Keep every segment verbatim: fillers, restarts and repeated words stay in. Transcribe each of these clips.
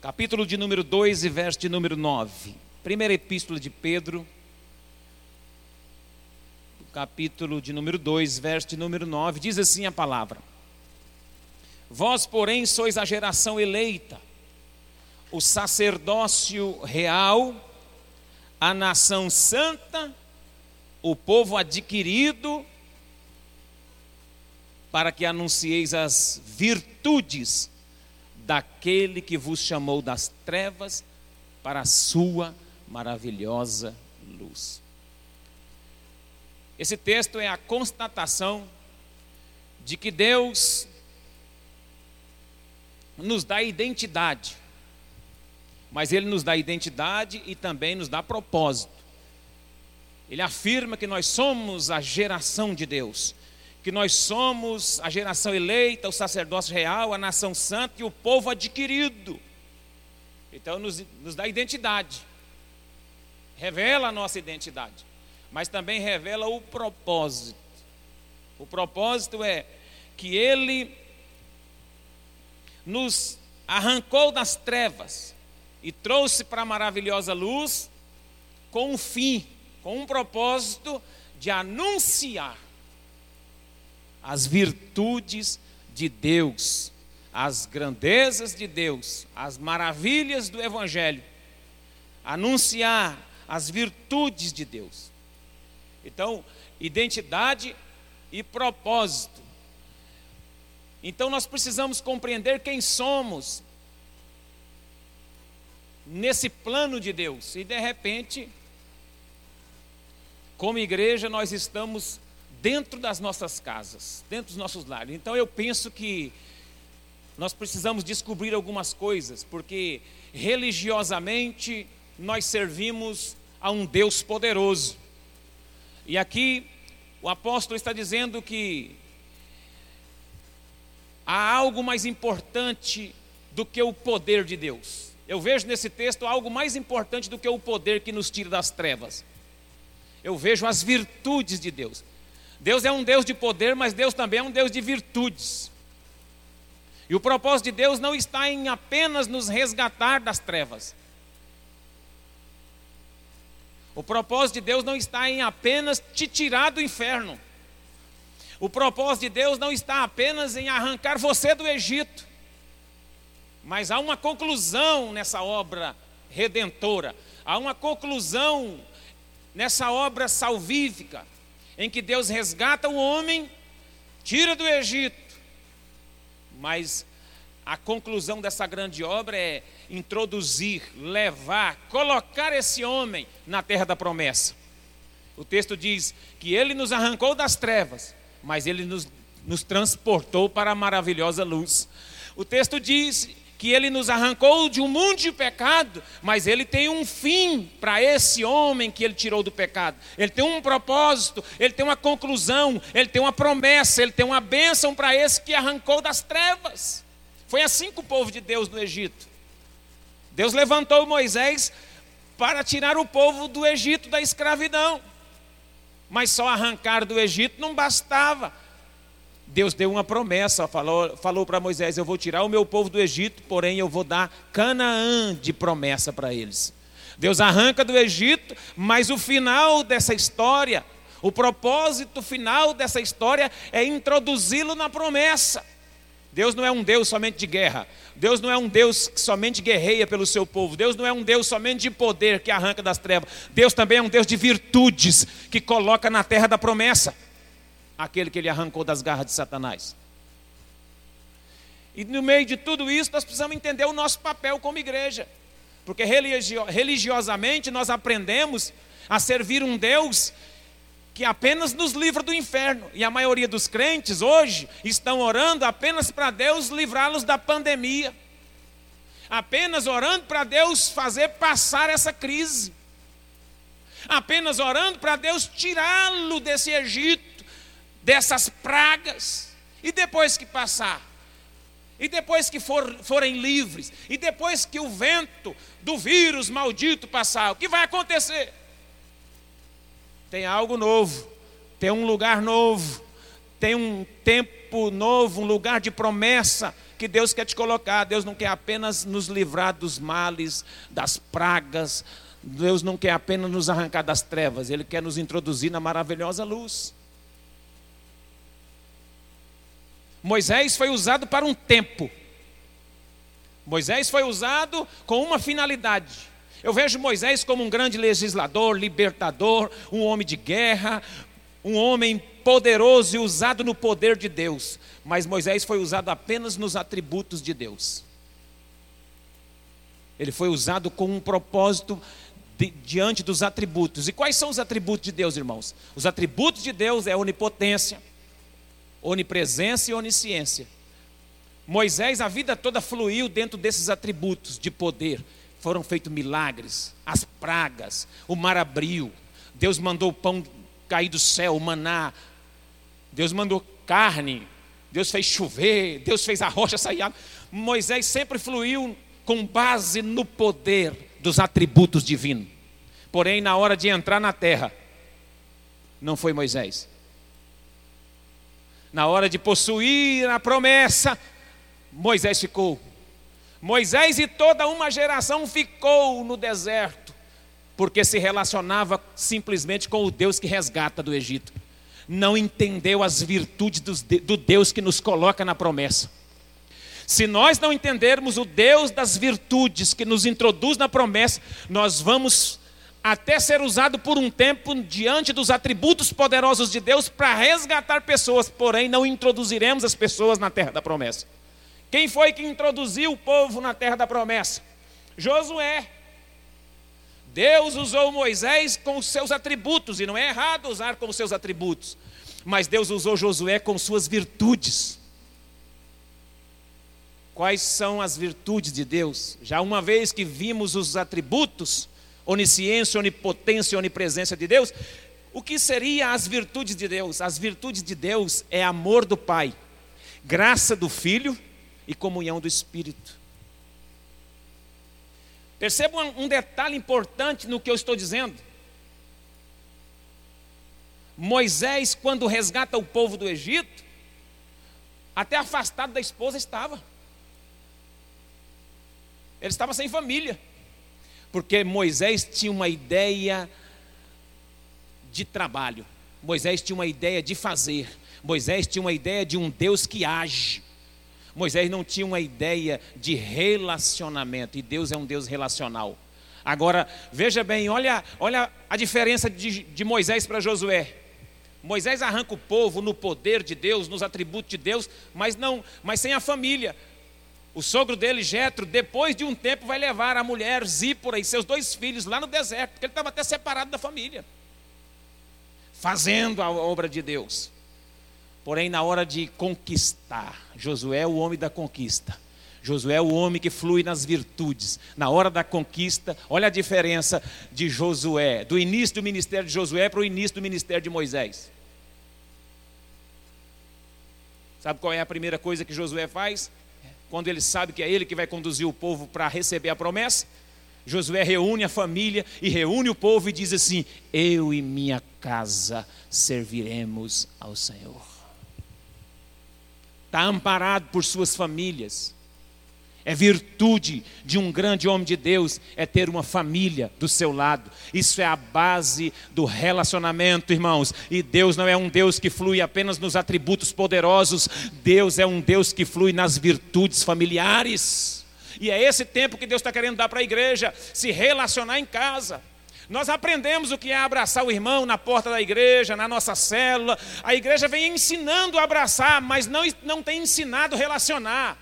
capítulo de número dois e verso de número nove. Primeira epístola de Pedro, capítulo de número dois, verso de número nove, diz assim a palavra: Vós, porém, sois a geração eleita, o sacerdócio real, a nação santa, o povo adquirido, para que anuncieis as virtudes daquele que vos chamou das trevas para a sua maravilhosa luz. Esse texto é a constatação de que Deus nos dá identidade, mas Ele nos dá identidade e também nos dá propósito. Ele afirma que nós somos a geração de Deus, que nós somos a geração eleita, o sacerdócio real, a nação santa e o povo adquirido. Então nos, nos dá identidade, revela a nossa identidade, mas também revela o propósito. O propósito é que Ele nos arrancou das trevas e trouxe para a maravilhosa luz com um fim, com um propósito de anunciar as virtudes de Deus, as grandezas de Deus, as maravilhas do Evangelho, anunciar as virtudes de Deus. Então, identidade e propósito. Então nós precisamos compreender quem somos nesse plano de Deus. E de repente, como igreja, nós estamos dentro das nossas casas, dentro dos nossos lares. Então eu penso que nós precisamos descobrir algumas coisas, porque religiosamente nós servimos a um Deus poderoso. E aqui o apóstolo está dizendo que há algo mais importante do que o poder de Deus. Eu vejo nesse texto algo mais importante do que o poder que nos tira das trevas. Eu vejo as virtudes de Deus. Deus é um Deus de poder, mas Deus também é um Deus de virtudes. E o propósito de Deus não está em apenas nos resgatar das trevas. O propósito de Deus não está em apenas te tirar do inferno. O propósito de Deus não está apenas em arrancar você do Egito. Mas há uma conclusão nessa obra redentora. Há uma conclusão nessa obra salvífica, em que Deus resgata o homem, tira do Egito. Mas a conclusão dessa grande obra é introduzir, levar, colocar esse homem na terra da promessa. O texto diz que Ele nos arrancou das trevas, mas Ele nos, nos transportou para a maravilhosa luz. O texto diz que Ele nos arrancou de um mundo de pecado, mas Ele tem um fim para esse homem que Ele tirou do pecado. Ele tem um propósito, Ele tem uma conclusão, Ele tem uma promessa, Ele tem uma bênção para esse que arrancou das trevas. Foi assim com o povo de Deus no Egito. Deus levantou Moisés para tirar o povo do Egito da escravidão. Mas só arrancar do Egito não bastava. Deus deu uma promessa, falou, falou para Moisés: eu vou tirar o meu povo do Egito, porém eu vou dar Canaã de promessa para eles. Deus arranca do Egito, mas o final dessa história, o propósito final dessa história é introduzi-lo na promessa. Deus não é um Deus somente de guerra. Deus não é um Deus que somente guerreia pelo seu povo. Deus não é um Deus somente de poder que arranca das trevas. Deus também é um Deus de virtudes que coloca na terra da promessa aquele que Ele arrancou das garras de Satanás. E no meio de tudo isso nós precisamos entender o nosso papel como igreja. Porque religio- religiosamente nós aprendemos a servir um Deus que apenas nos livra do inferno. E a maioria dos crentes hoje estão orando apenas para Deus livrá-los da pandemia. Apenas orando para Deus fazer passar essa crise. Apenas orando para Deus tirá-lo desse Egito, dessas pragas. E depois que passar, e depois que for, forem livres, e depois que o vento do vírus maldito passar, o que vai acontecer? Tem algo novo, tem um lugar novo, tem um tempo novo, um lugar de promessa que que Deus quer te colocar. Deus não quer apenas nos livrar dos males, das pragas. Deus não quer apenas nos arrancar das trevas. Ele quer nos introduzir na maravilhosa luz. Moisés foi usado para um tempo. Moisés foi usado com uma finalidade. Eu vejo Moisés como um grande legislador, libertador, um homem de guerra, um homem poderoso e usado no poder de Deus. Mas Moisés foi usado apenas nos atributos de Deus. Ele foi usado com um propósito de, diante dos atributos. E quais são os atributos de Deus, irmãos? Os atributos de Deus é onipotência, onipresença e onisciência. Moisés a vida toda fluiu dentro desses atributos de poder. Foram feitos milagres, as pragas, o mar abriu. Deus mandou o pão cair do céu, o maná. Deus mandou carne. Deus fez chover. Deus fez a rocha sair água. Moisés sempre fluiu com base no poder dos atributos divinos. Porém, na hora de entrar na terra, não foi Moisés. Na hora de possuir a promessa, Moisés ficou. Moisés e toda uma geração ficou no deserto, porque se relacionava simplesmente com o Deus que resgata do Egito. Não entendeu as virtudes do Deus que nos coloca na promessa. Se nós não entendermos o Deus das virtudes que nos introduz na promessa, nós vamos até ser usado por um tempo diante dos atributos poderosos de Deus para resgatar pessoas, porém não introduziremos as pessoas na terra da promessa. Quem foi que introduziu o povo na terra da promessa? Josué. Deus usou Moisés com os seus atributos, e não é errado usar com os seus atributos, mas Deus usou Josué com suas virtudes. Quais são as virtudes de Deus? Já uma vez que vimos os atributos, onisciência, onipotência e onipresença de Deus, o que seriam as virtudes de Deus? As virtudes de Deus é amor do Pai, graça do Filho e comunhão do Espírito. Percebam um detalhe importante no que eu estou dizendo. Moisés, quando resgata o povo do Egito, até afastado da esposa estava. Ele estava sem família, porque Moisés tinha uma ideia de trabalho. Moisés tinha uma ideia de fazer. Moisés tinha uma ideia de um Deus que age. Moisés não tinha uma ideia de relacionamento, e Deus é um Deus relacional. Agora, veja bem, olha, olha a diferença de, de Moisés para Josué. Moisés arranca o povo no poder de Deus, nos atributos de Deus, mas, não, mas sem a família. O sogro dele, Jetro, depois de um tempo vai levar a mulher Zípora e seus dois filhos lá no deserto, porque ele estava até separado da família, fazendo a obra de Deus. Porém, na hora de conquistar, Josué é o homem da conquista. Josué é o homem que flui nas virtudes. Na hora da conquista, olha a diferença de Josué, do início do ministério de Josué para o início do ministério de Moisés. Sabe qual é a primeira coisa que Josué faz? Quando ele sabe que é ele que vai conduzir o povo para receber a promessa, Josué reúne a família e reúne o povo e diz assim: eu e minha casa serviremos ao Senhor. Está amparado por suas famílias. É virtude de um grande homem de Deus, é ter uma família do seu lado. Isso é a base do relacionamento, irmãos. E Deus não é um Deus que flui apenas nos atributos poderosos. Deus é um Deus que flui nas virtudes familiares. E é esse tempo que Deus está querendo dar para a igreja, se relacionar em casa. Nós aprendemos o que é abraçar o irmão na porta da igreja, na nossa célula. A igreja vem ensinando a abraçar, mas não, não tem ensinado a relacionar.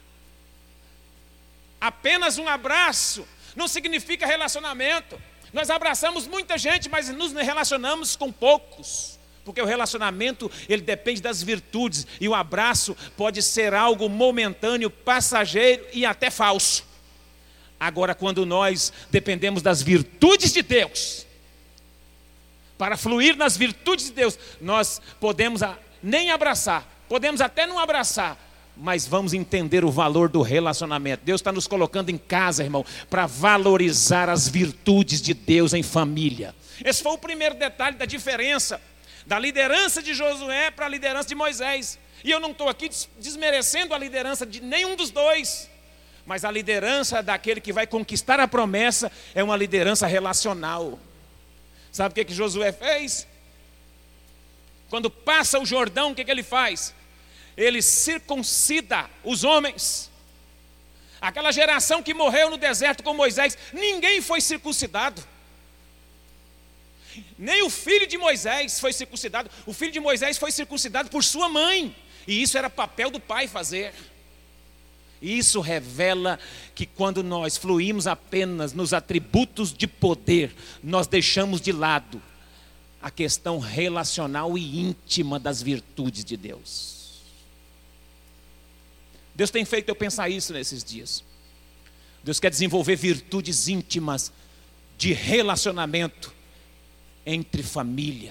Apenas um abraço não significa relacionamento. Nós abraçamos muita gente, mas nos relacionamos com poucos. Porque o relacionamento, ele depende das virtudes. E o abraço pode ser algo momentâneo, passageiro e até falso. Agora, quando nós dependemos das virtudes de Deus, para fluir nas virtudes de Deus, nós podemos nem abraçar, podemos até não abraçar, mas vamos entender o valor do relacionamento. Deus está nos colocando em casa, irmão, para valorizar as virtudes de Deus em família. Esse foi o primeiro detalhe da diferença da liderança de Josué para a liderança de Moisés. E eu não estou aqui desmerecendo a liderança de nenhum dos dois, mas a liderança daquele que vai conquistar a promessa é uma liderança relacional. Sabe o que, que Josué fez? Quando passa o Jordão, o que, que ele faz? Ele circuncida os homens. Aquela geração que morreu no deserto com Moisés, ninguém foi circuncidado. Nem o filho de Moisés foi circuncidado. O filho de Moisés foi circuncidado por sua mãe. E isso era papel do pai fazer. Isso revela que quando nós fluímos apenas nos atributos de poder, nós deixamos de lado a questão relacional e íntima das virtudes de Deus. Deus tem feito eu pensar isso nesses dias. Deus quer desenvolver virtudes íntimas de relacionamento entre família.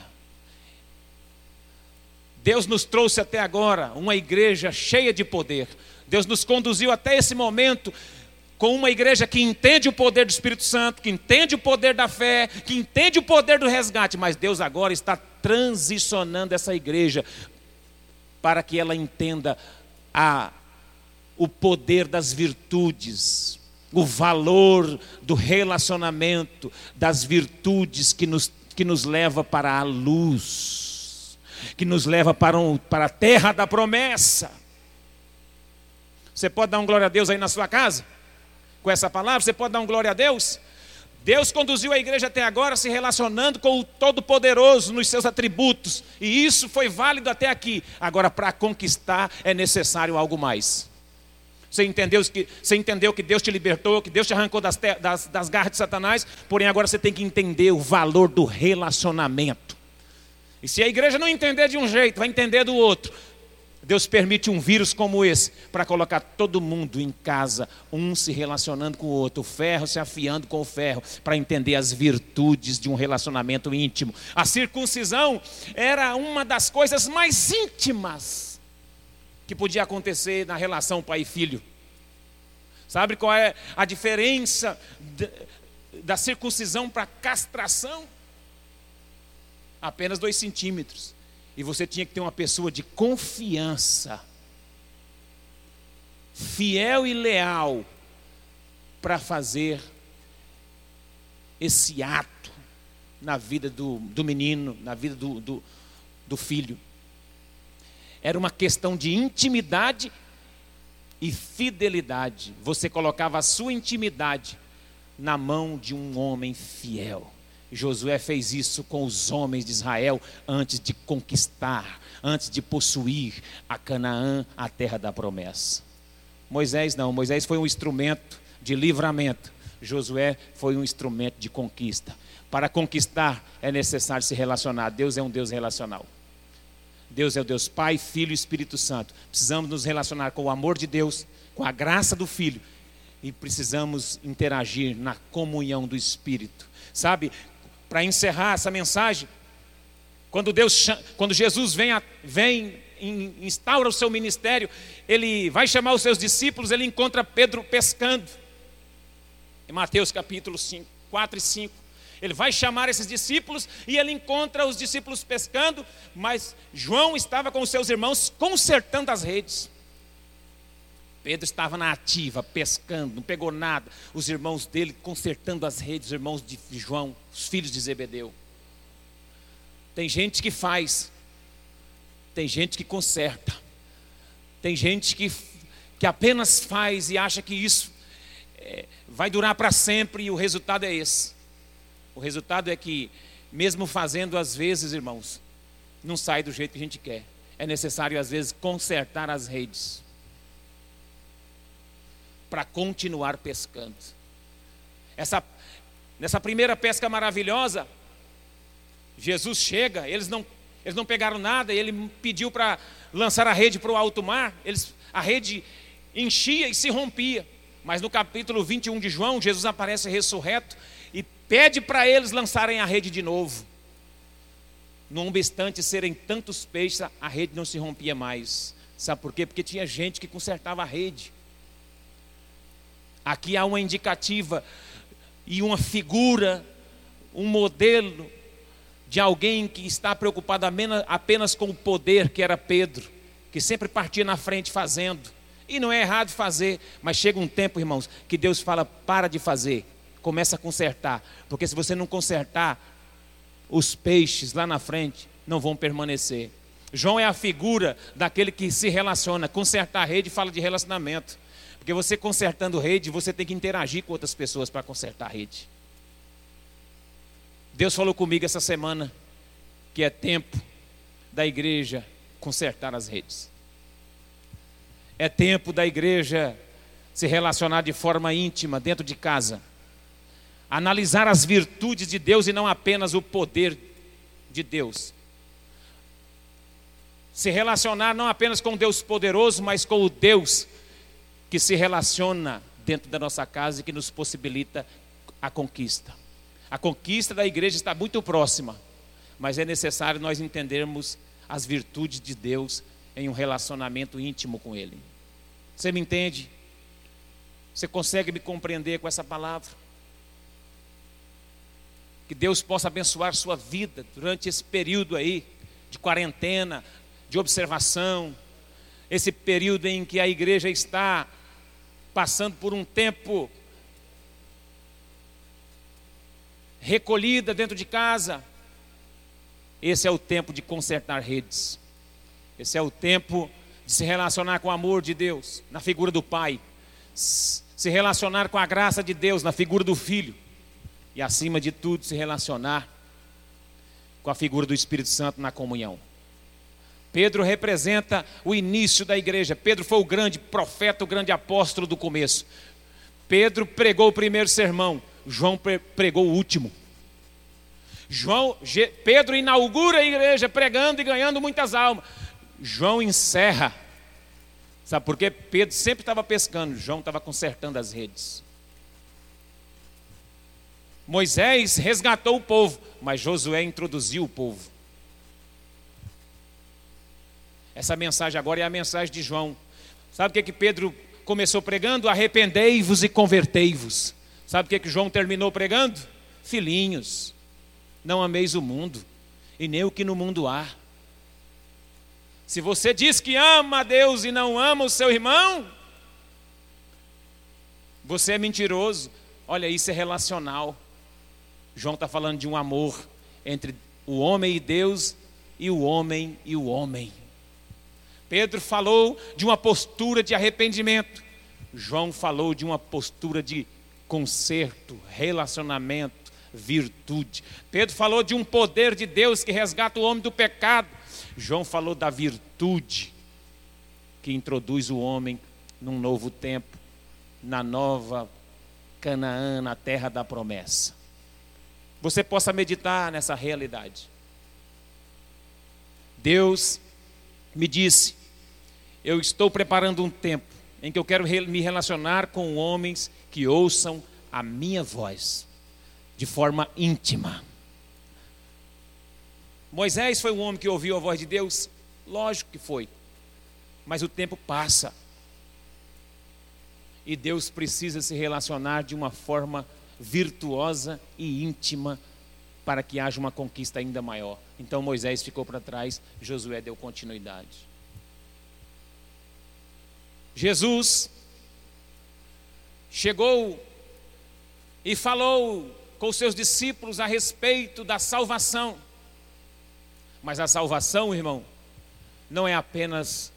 Deus nos trouxe até agora uma igreja cheia de poder. Deus nos conduziu até esse momento com uma igreja que entende o poder do Espírito Santo, que entende o poder da fé, que entende o poder do resgate. Mas Deus agora está transicionando essa igreja para que ela entenda a, o poder das virtudes, o valor do relacionamento, das virtudes que nos, que nos leva para a luz, que nos leva para, um, para a terra da promessa. Você pode dar um glória a Deus aí na sua casa? Com essa palavra, você pode dar um glória a Deus? Deus conduziu a igreja até agora se relacionando com o Todo-Poderoso nos seus atributos. E isso foi válido até aqui. Agora, para conquistar, é necessário algo mais. Você entendeu que, você entendeu que Deus te libertou, que Deus te arrancou das, das, das garras de Satanás? Porém, agora você tem que entender o valor do relacionamento. E se a igreja não entender de um jeito, vai entender do outro. Deus permite um vírus como esse para colocar todo mundo em casa, um se relacionando com o outro, o ferro se afiando com o ferro, para entender as virtudes de um relacionamento íntimo. A circuncisão era uma das coisas mais íntimas que podia acontecer na relação pai e filho. Sabe qual é a diferença da circuncisão para a castração? Apenas dois centímetros. E você tinha que ter uma pessoa de confiança, fiel e leal, para fazer esse ato na vida do, do menino, na vida do, do, do filho. Era uma questão de intimidade e fidelidade. Você colocava a sua intimidade na mão de um homem fiel. Josué fez isso com os homens de Israel antes de conquistar, antes de possuir a Canaã, a terra da promessa. Moisés não, Moisés foi um instrumento de livramento. Josué foi um instrumento de conquista. Para conquistar é necessário se relacionar. Deus é um Deus relacional. Deus é o Deus Pai, Filho e Espírito Santo. Precisamos nos relacionar com o amor de Deus, com a graça do Filho. E precisamos interagir na comunhão do Espírito. Sabe, para encerrar essa mensagem, quando, Deus, quando Jesus vem, a, vem instaura o seu ministério, ele vai chamar os seus discípulos, ele encontra Pedro pescando. Em Mateus capítulo cinco, quatro e cinco. Ele vai chamar esses discípulos e ele encontra os discípulos pescando, mas João estava com os seus irmãos consertando as redes. Pedro estava na ativa, pescando, não pegou nada. Os irmãos dele consertando as redes, os irmãos de João, os filhos de Zebedeu. Tem gente que faz, tem gente que conserta, tem gente que, que apenas faz e acha que isso é, vai durar para sempre e o resultado é esse. O resultado é que, mesmo fazendo às vezes, irmãos, não sai do jeito que a gente quer. É necessário às vezes consertar as redes para continuar pescando. Essa, nessa primeira pesca maravilhosa, Jesus chega, eles não, eles não pegaram nada, ele pediu para lançar a rede para o alto mar, eles, a rede enchia e se rompia. Mas no capítulo vinte e um de João, Jesus aparece ressurreto e pede para eles lançarem a rede de novo. Não obstante serem tantos peixes, a rede não se rompia mais. Sabe por quê? Porque tinha gente que consertava a rede. Aqui há uma indicativa e uma figura, um modelo de alguém que está preocupado apenas com o poder, que era Pedro, que sempre partia na frente fazendo. E não é errado fazer, mas chega um tempo, irmãos, que Deus fala: para de fazer, começa a consertar. Porque se você não consertar, os peixes lá na frente não vão permanecer. João é a figura daquele que se relaciona. Consertar a rede fala de relacionamento. Porque você consertando rede, você tem que interagir com outras pessoas para consertar a rede. Deus falou comigo essa semana que é tempo da igreja consertar as redes. É tempo da igreja se relacionar de forma íntima dentro de casa. Analisar as virtudes de Deus e não apenas o poder de Deus. Se relacionar não apenas com o Deus poderoso, mas com o Deus que se relaciona dentro da nossa casa e que nos possibilita a conquista. A conquista da igreja está muito próxima, mas é necessário nós entendermos as virtudes de Deus em um relacionamento íntimo com Ele. Você me entende? Você consegue me compreender com essa palavra? Que Deus possa abençoar sua vida durante esse período aí de quarentena, de observação, esse período em que a igreja está passando por um tempo recolhida dentro de casa. Esse é o tempo de consertar redes. Esse é o tempo de se relacionar com o amor de Deus, na figura do Pai. Se relacionar com a graça de Deus, na figura do Filho. E acima de tudo, se relacionar com a figura do Espírito Santo na comunhão. Pedro representa o início da igreja. Pedro foi o grande profeta, o grande apóstolo do começo. Pedro pregou o primeiro sermão. João pregou o último. João, Pedro inaugura a igreja pregando e ganhando muitas almas. João encerra. Sabe por quê? Pedro sempre estava pescando, João estava consertando as redes. Moisés resgatou o povo, mas Josué introduziu o povo. Essa mensagem agora é a mensagem de João. Sabe o que, que Pedro começou pregando? Arrependei-vos e convertei-vos. Sabe o que, que João terminou pregando? Filhinhos, não ameis o mundo, e nem o que no mundo há. Se você diz que ama a Deus e não ama o seu irmão, você é mentiroso. Olha, isso é relacional. João está falando de um amor entre o homem e Deus, e o homem e o homem. Pedro falou de uma postura de arrependimento. João falou de uma postura de conserto, relacionamento, virtude. Pedro falou de um poder de Deus que resgata o homem do pecado. João falou da virtude que introduz o homem num novo tempo, na nova Canaã, na terra da promessa. Você possa meditar nessa realidade. Deus me disse: eu estou preparando um tempo em que eu quero me relacionar com homens que ouçam a minha voz de forma íntima. Moisés foi um homem que ouviu a voz de Deus? Lógico que foi. Mas o tempo passa. E Deus precisa se relacionar de uma forma virtuosa e íntima para que haja uma conquista ainda maior. Então Moisés ficou para trás, Josué deu continuidade. Jesus chegou e falou com os seus discípulos a respeito da salvação. Mas a salvação, irmão, não é apenas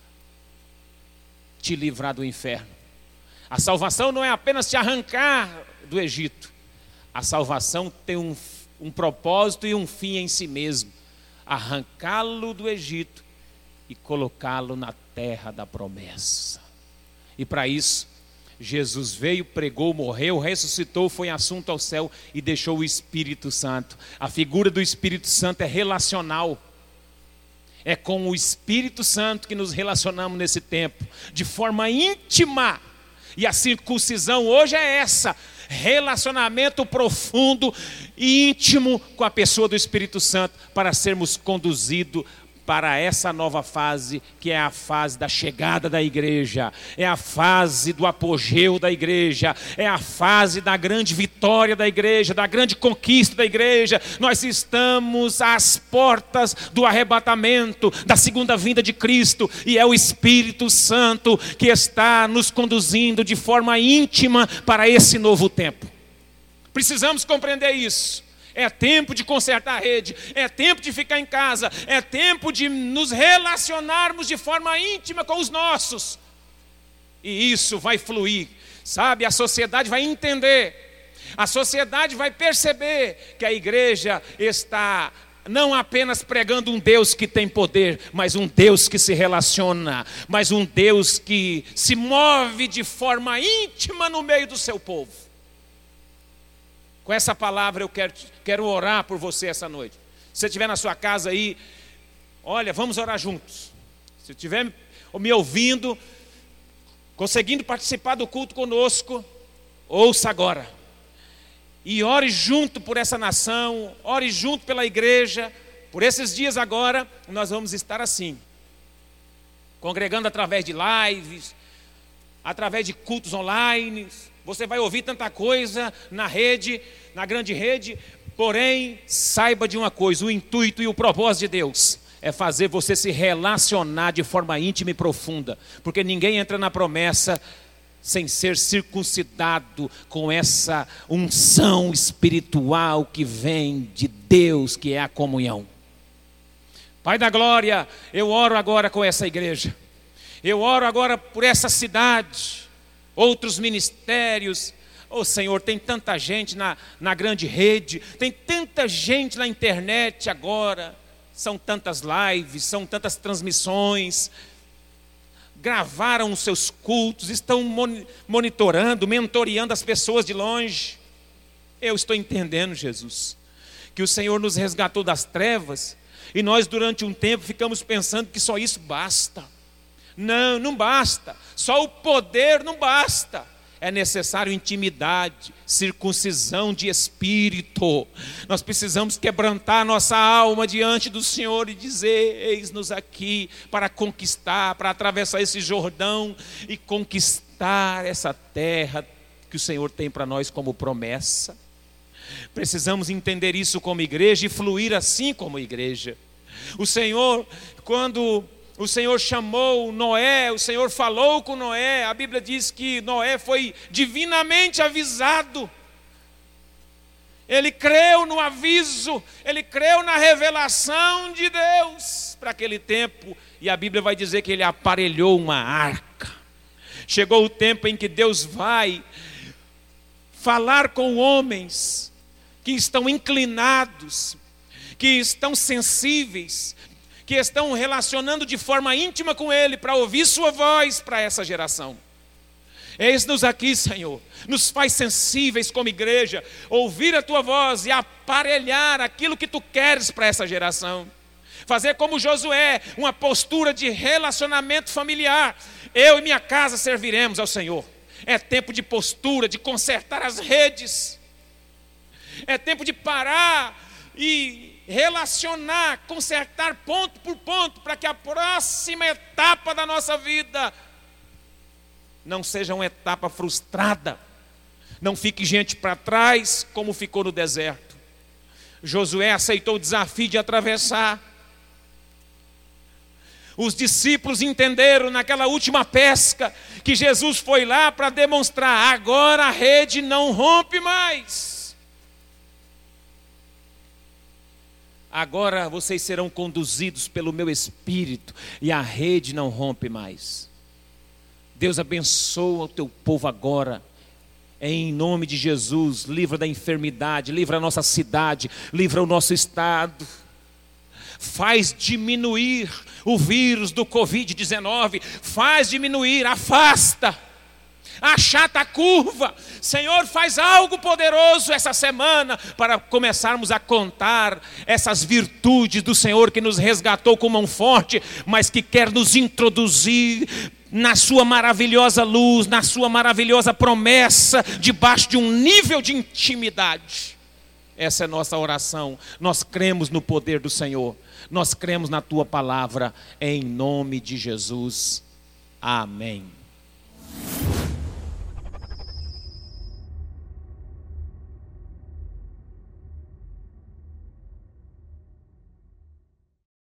te livrar do inferno. A salvação não é apenas te arrancar do Egito. A salvação tem um, um propósito e um fim em si mesmo: arrancá-lo do Egito e colocá-lo na terra da promessa. E para isso, Jesus veio, pregou, morreu, ressuscitou, foi assunto ao céu e deixou o Espírito Santo. A figura do Espírito Santo é relacional. É com o Espírito Santo que nos relacionamos nesse tempo, de forma íntima. E a circuncisão hoje é essa: relacionamento profundo e íntimo com a pessoa do Espírito Santo, para sermos conduzidos para essa nova fase, que é a fase da chegada da igreja, é a fase do apogeu da igreja, é a fase da grande vitória da igreja, da grande conquista da igreja. Nós estamos às portas do arrebatamento, da segunda vinda de Cristo, e é o Espírito Santo que está nos conduzindo de forma íntima para esse novo tempo. Precisamos compreender isso. É tempo de consertar a rede, é tempo de ficar em casa, é tempo de nos relacionarmos de forma íntima com os nossos. E isso vai fluir, sabe? A sociedade vai entender, a sociedade vai perceber que a igreja está não apenas pregando um Deus que tem poder, mas um Deus que se relaciona, mas um Deus que se move de forma íntima no meio do seu povo. Com essa palavra eu quero, quero orar por você essa noite. Se você estiver na sua casa aí, olha, vamos orar juntos. Se estiver me ouvindo, conseguindo participar do culto conosco, ouça agora. E ore junto por essa nação, ore junto pela igreja. Por esses dias agora, nós vamos estar assim, congregando através de lives, através de cultos online. Você vai ouvir tanta coisa na rede, na grande rede, porém, saiba de uma coisa: o intuito e o propósito de Deus é fazer você se relacionar de forma íntima e profunda, porque ninguém entra na promessa sem ser circuncidado com essa unção espiritual que vem de Deus, que é a comunhão. Pai da glória, eu oro agora com essa igreja, eu oro agora por essa cidade, outros ministérios. Oh Senhor, tem tanta gente na, na grande rede, tem tanta gente na internet agora, são tantas lives, são tantas transmissões, gravaram os seus cultos, estão monitorando, mentoreando as pessoas de longe. Eu estou entendendo, Jesus, que o Senhor nos resgatou das trevas, e nós durante um tempo ficamos pensando que só isso basta. Não, não basta, só o poder não basta. É necessário intimidade, circuncisão de espírito. Nós precisamos quebrantar nossa alma diante do Senhor e dizer: eis-nos aqui para conquistar, para atravessar esse Jordão e conquistar essa terra que o Senhor tem para nós como promessa. Precisamos entender isso como igreja e fluir assim como igreja. O Senhor, quando o Senhor chamou Noé, o Senhor falou com Noé, a Bíblia diz que Noé foi divinamente avisado. Ele creu no aviso, ele creu na revelação de Deus para aquele tempo. E a Bíblia vai dizer que ele aparelhou uma arca. Chegou o tempo em que Deus vai falar com homens que estão inclinados, que estão sensíveis, que estão relacionando de forma íntima com Ele, para ouvir sua voz para essa geração. Eis-nos aqui, Senhor, nos faz sensíveis como igreja, ouvir a Tua voz e aparelhar aquilo que Tu queres para essa geração. Fazer como Josué, uma postura de relacionamento familiar. Eu e minha casa serviremos ao Senhor. É tempo de postura, de consertar as redes. É tempo de parar e relacionar, consertar ponto por ponto, para que a próxima etapa da nossa vida não seja uma etapa frustrada. Não fique gente para trás como ficou no deserto. Josué aceitou o desafio de atravessar. Os discípulos entenderam naquela última pesca que Jesus foi lá para demonstrar: agora a rede não rompe mais. Agora vocês serão conduzidos pelo meu Espírito e a rede não rompe mais. Deus abençoa o teu povo agora, em nome de Jesus. Livra da enfermidade, livra a nossa cidade, livra o nosso estado. Faz diminuir o vírus do covid dezenove, faz diminuir, afasta, achata a curva. Senhor, faz algo poderoso essa semana para começarmos a contar essas virtudes do Senhor que nos resgatou com mão forte, mas que quer nos introduzir na sua maravilhosa luz, na sua maravilhosa promessa, debaixo de um nível de intimidade. Essa é a nossa oração. Nós cremos no poder do Senhor. Nós cremos na tua palavra, em nome de Jesus. Amém.